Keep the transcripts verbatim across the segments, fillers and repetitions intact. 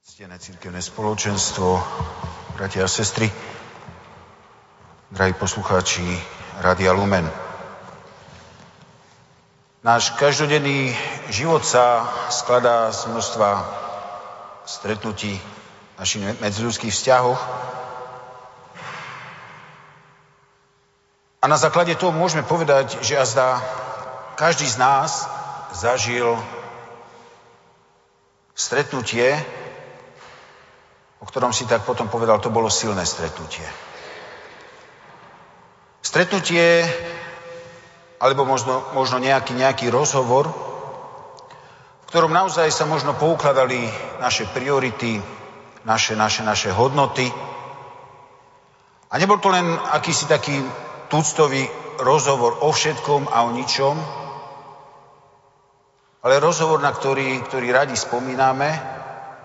Ctené cirkevné spoločenstvo, bratia a sestry, drahí poslucháči Rádia Lumen. Náš každodenný život sa skladá z množstva stretnutí v našich medziľudských vzťahoch. A na základe toho môžeme povedať, že azda každý z nás zažil stretnutie, o ktorom si tak potom povedal, to bolo silné stretnutie. Stretnutie, alebo možno, možno nejaký, nejaký rozhovor, v ktorom naozaj sa možno poukladali naše priority, naše, naše, naše hodnoty. A nebol to len akýsi taký tuctový rozhovor o všetkom a o ničom, ale rozhovor, na ktorý, ktorý radi spomíname,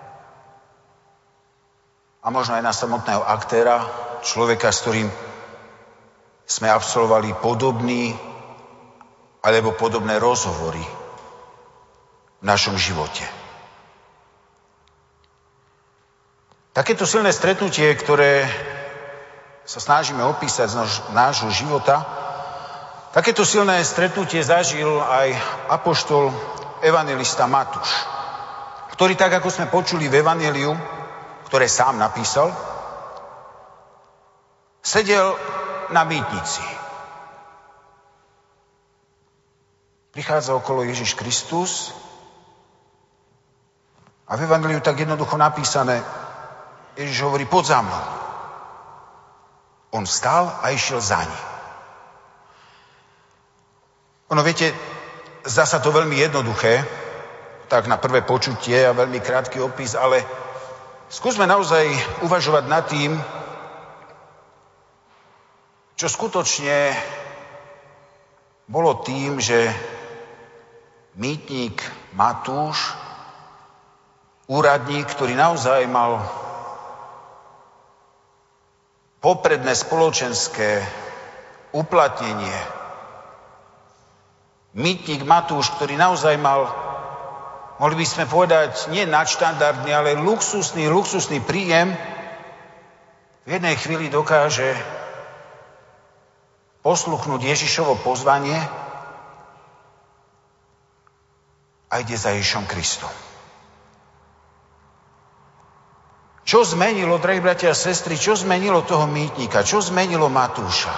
a možno aj na samotného aktéra, človeka, s ktorým sme absolvovali podobný alebo podobné rozhovory v našom živote. Takéto silné stretnutie, ktoré sa snažíme opísať z nášho života, takéto silné stretnutie zažil aj apoštol evanjelista Matúš, ktorý, tak ako sme počuli v evanjeliu, ktoré sám napísal, sedel na mýtnici. Prichádza okolo Ježiš Kristus a v evanjeliu tak jednoducho napísané, Ježiš hovorí, poď za mnou. On vstal a išiel za ním. Ono, viete, zdá sa to veľmi jednoduché, tak na prvé počutie a veľmi krátky opis, ale skúsme naozaj uvažovať nad tým, čo skutočne bolo tým, že mýtnik Matúš, úradník, ktorý naozaj mal popredné spoločenské uplatnenie, mýtnik Matúš, ktorý naozaj mal, mohli by sme povedať, nie nadštandardný, ale luxusný, luxusný príjem, v jednej chvíli dokáže posluchnúť Ježišovo pozvanie a ide za Ježišom Kristom. Čo zmenilo, drahí bratia a sestry, čo zmenilo toho mýtnika? Čo zmenilo Matúša?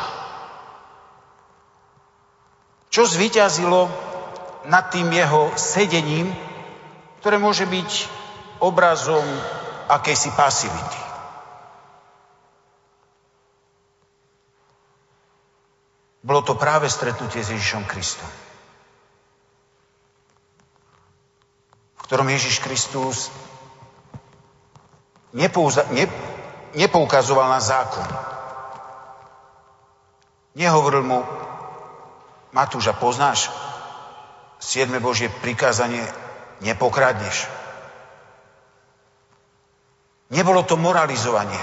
Čo zvíťazilo nad tým jeho sedením, ktoré môže byť obrazom akejsi pasivity? Bolo to práve stretnutie s Ježišom Kristom, v ktorom Ježiš Kristus nepouza- ne- nepoukazoval na zákon. Nehovoril mu, Matúša, poznáš siedme Božie prikázanie, nepokradneš. Nebolo to moralizovanie.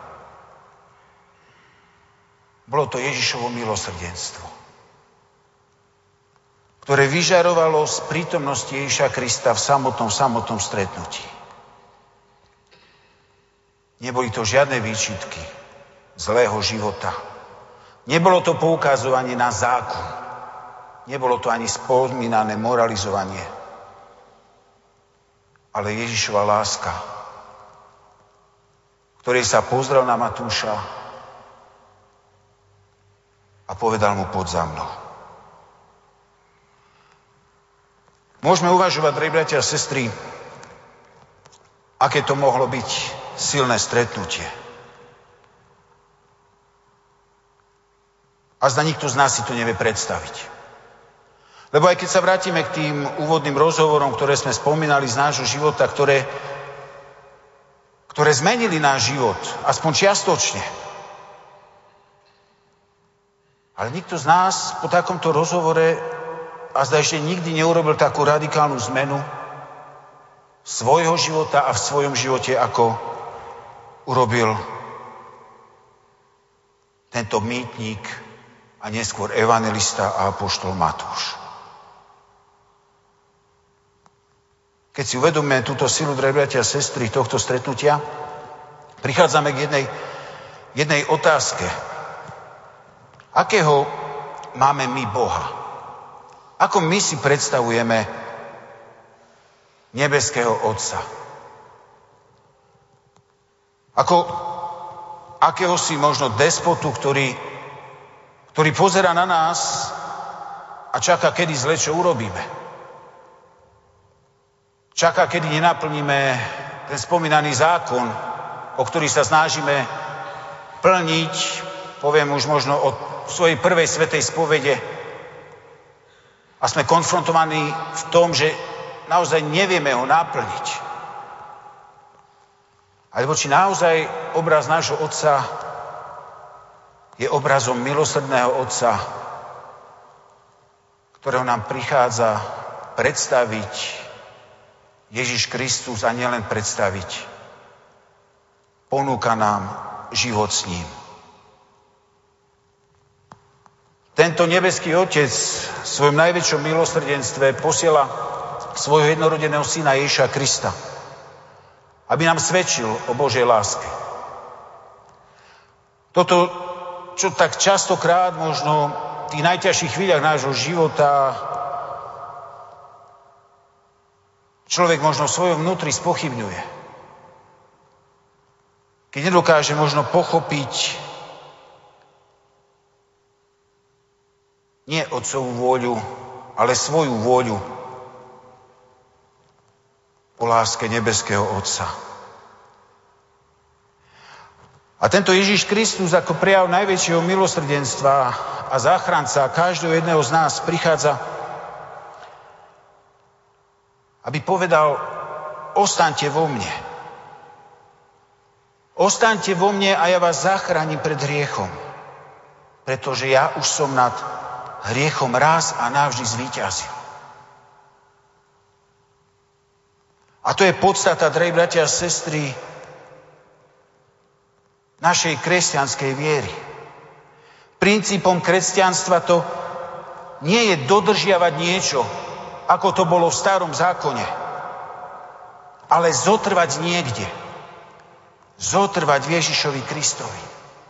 Bolo to Ježišovo milosrdenstvo, ktoré vyžarovalo z prítomnosti Ježiša Krista v samotnom, samotnom stretnutí. Neboli to žiadne výčitky zlého života. Nebolo to poukazovanie na zákon. Nebolo to ani spomínané moralizovanie. Ale Ježišova láska, ktorej sa pozrel na Matúša a povedal mu, poď za mnou. Môžeme uvažovať, drahí bratia a sestry, aké to mohlo byť silné stretnutie. A zda nikto z nás si to nevie predstaviť. Lebo aj keď sa vrátime k tým úvodným rozhovorom, ktoré sme spomínali z nášho života, ktoré, ktoré zmenili náš život, aspoň čiastočne. Ale nikto z nás po takomto rozhovore a zda ešte nikdy neurobil takú radikálnu zmenu svojho života a v svojom živote, ako urobil tento mýtnik a neskôr evanjelista a apoštol Matúš. keď si uvedomíme túto silu, drahí bratia a sestry, tohto stretnutia, prichádzame k jednej, jednej otázke. Akého máme my Boha? Ako my si predstavujeme nebeského Otca? Ako akéhosi možno despotu, ktorý, ktorý pozerá na nás a čaká, kedy zle čo urobíme. Čaká, kedy nenaplníme ten spomínaný zákon, o ktorý sa snažíme plniť, poviem už možno od svojej prvej svätej spovede. A sme konfrontovaní v tom, že naozaj nevieme ho naplniť. Alebo či naozaj obraz nášho Otca je obrazom milosrdného Otca, ktorého nám prichádza predstaviť Ježiš Kristus a nielen predstaviť. Ponúka nám život s ním. Tento nebeský Otec v svojom najväčšom milosrdenstve posiela svojho jednorodeného syna Ježiša Krista, aby nám svedčil o Božej láske. Toto, čo tak častokrát možno v tých najťažších chvíľach nášho života človek možno v svojom vnútri spochybňuje. Keď nedokáže možno pochopiť nie Otcovú vôľu, ale svoju vôľu o láske nebeského Otca. A tento Ježiš Kristus ako prejav najväčšieho milosrdenstva a záchranca každého jedného z nás prichádza, aby povedal: ostaňte vo mne. Ostaňte vo mne a ja vás zachránim pred hriechom. Pretože ja už som nad hriechom raz a navždy zvíťazil. A to je podstata, drahí bratia a sestry, našej kresťanskej viery. Princípom kresťanstva to nie je dodržiavať niečo, ako to bolo v starom zákone, ale zotrvať niekde. Zotrvať v Ježišovi Kristovi.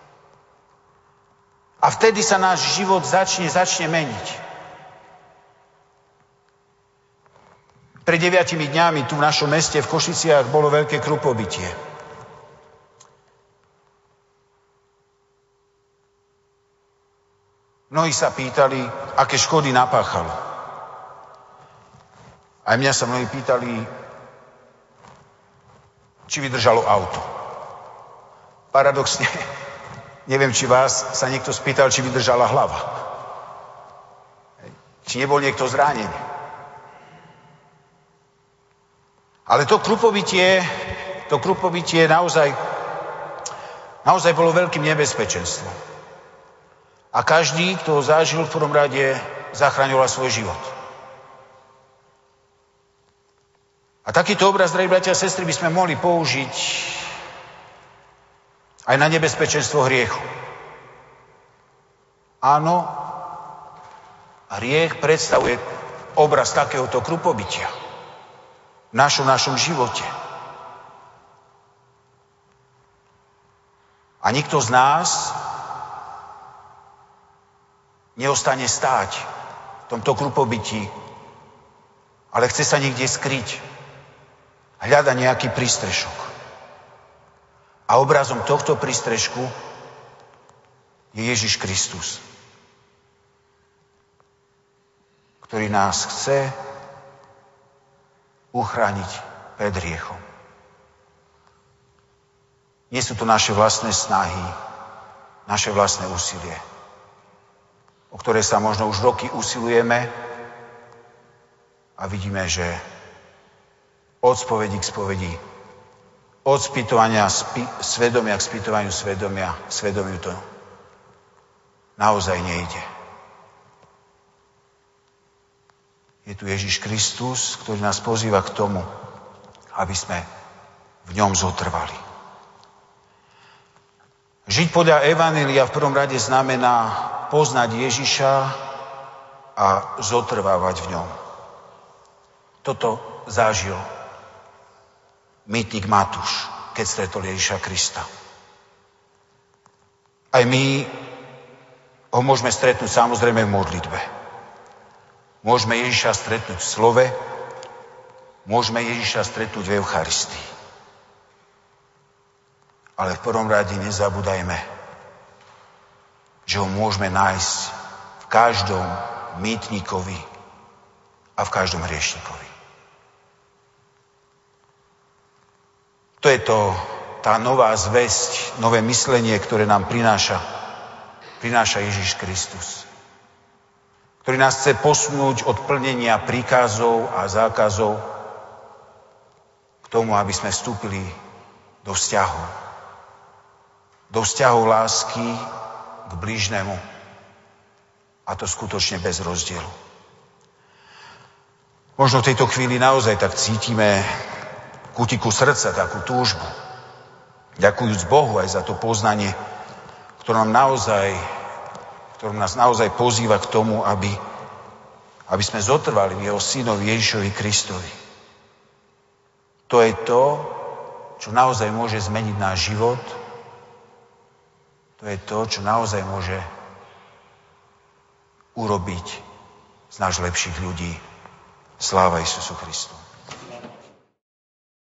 A vtedy sa náš život začne, začne meniť. Pred deviatimi dňami tu v našom meste v Košiciach bolo veľké krupobytie. Mnohí sa pýtali, aké škody napáchalo. Aj mňa sa mnohí pýtali, či vydržalo auto. Paradoxne, neviem, či vás sa niekto spýtal, či vydržala hlava. Či nebol niekto zranený. Ale to krupobytie, to krupobytie naozaj, naozaj bolo veľkým nebezpečenstvom. A každý, kto ho zažil, v prvom rade zachraňoval svoj život. A takýto obraz, drahí bratia a sestry, by sme mohli použiť aj na nebezpečenstvo hriechu. Áno, hriech predstavuje obraz takéhoto krupobytia v našom, našom živote. A nikto z nás neostane stáť v tomto krupobytí, ale chce sa niekde skryť. Hľada nejaký prístrešok. A obrazom tohto prístrežku je Ježiš Kristus, ktorý nás chce uchrániť pred hriechom. Nie sú to naše vlastné snahy, naše vlastné úsilie, o ktoré sa možno už roky usilujeme a vidíme, že od spovedi k spovedi, od spýtovania spi- svedomia k spýtovaniu svedomia, svedomiu to naozaj nejde. Je tu Ježiš Kristus, ktorý nás pozýva k tomu, aby sme v ňom zotrvali. Žiť podľa Evanjelia v prvom rade znamená poznať Ježiša a zotrvávať v ňom. Toto zažil mýtnik Matúš, keď stretol Ježiša Krista. Aj my ho môžeme stretnúť samozrejme v modlitbe. Môžeme Ježiša stretnúť v slove, môžeme Ježiša stretnúť v Eucharistii. Ale v prvom rade nezabúdajme, že ho môžeme nájsť v každom mýtnikovi a v každom hriešnikovi. To je to, tá nová zvesť, nové myslenie, ktoré nám prináša, prináša Ježiš Kristus, ktorý nás chce posunúť od plnenia príkazov a zákazov k tomu, aby sme vstúpili do vzťahu. Do vzťahov lásky k blížnemu. A to skutočne bez rozdielu. Možno v tejto chvíli naozaj tak cítime kútiku srdca, takú túžbu. Ďakujúc Bohu aj za to poznanie, ktoré nám naozaj, ktoré nás naozaj pozýva k tomu, aby, aby sme zotrvali v jeho synovi Ježišovi Kristovi. To je to, čo naozaj môže zmeniť náš život. To je to, čo naozaj môže urobiť z nás lepších ľudí. Sláva Isusu Kristu.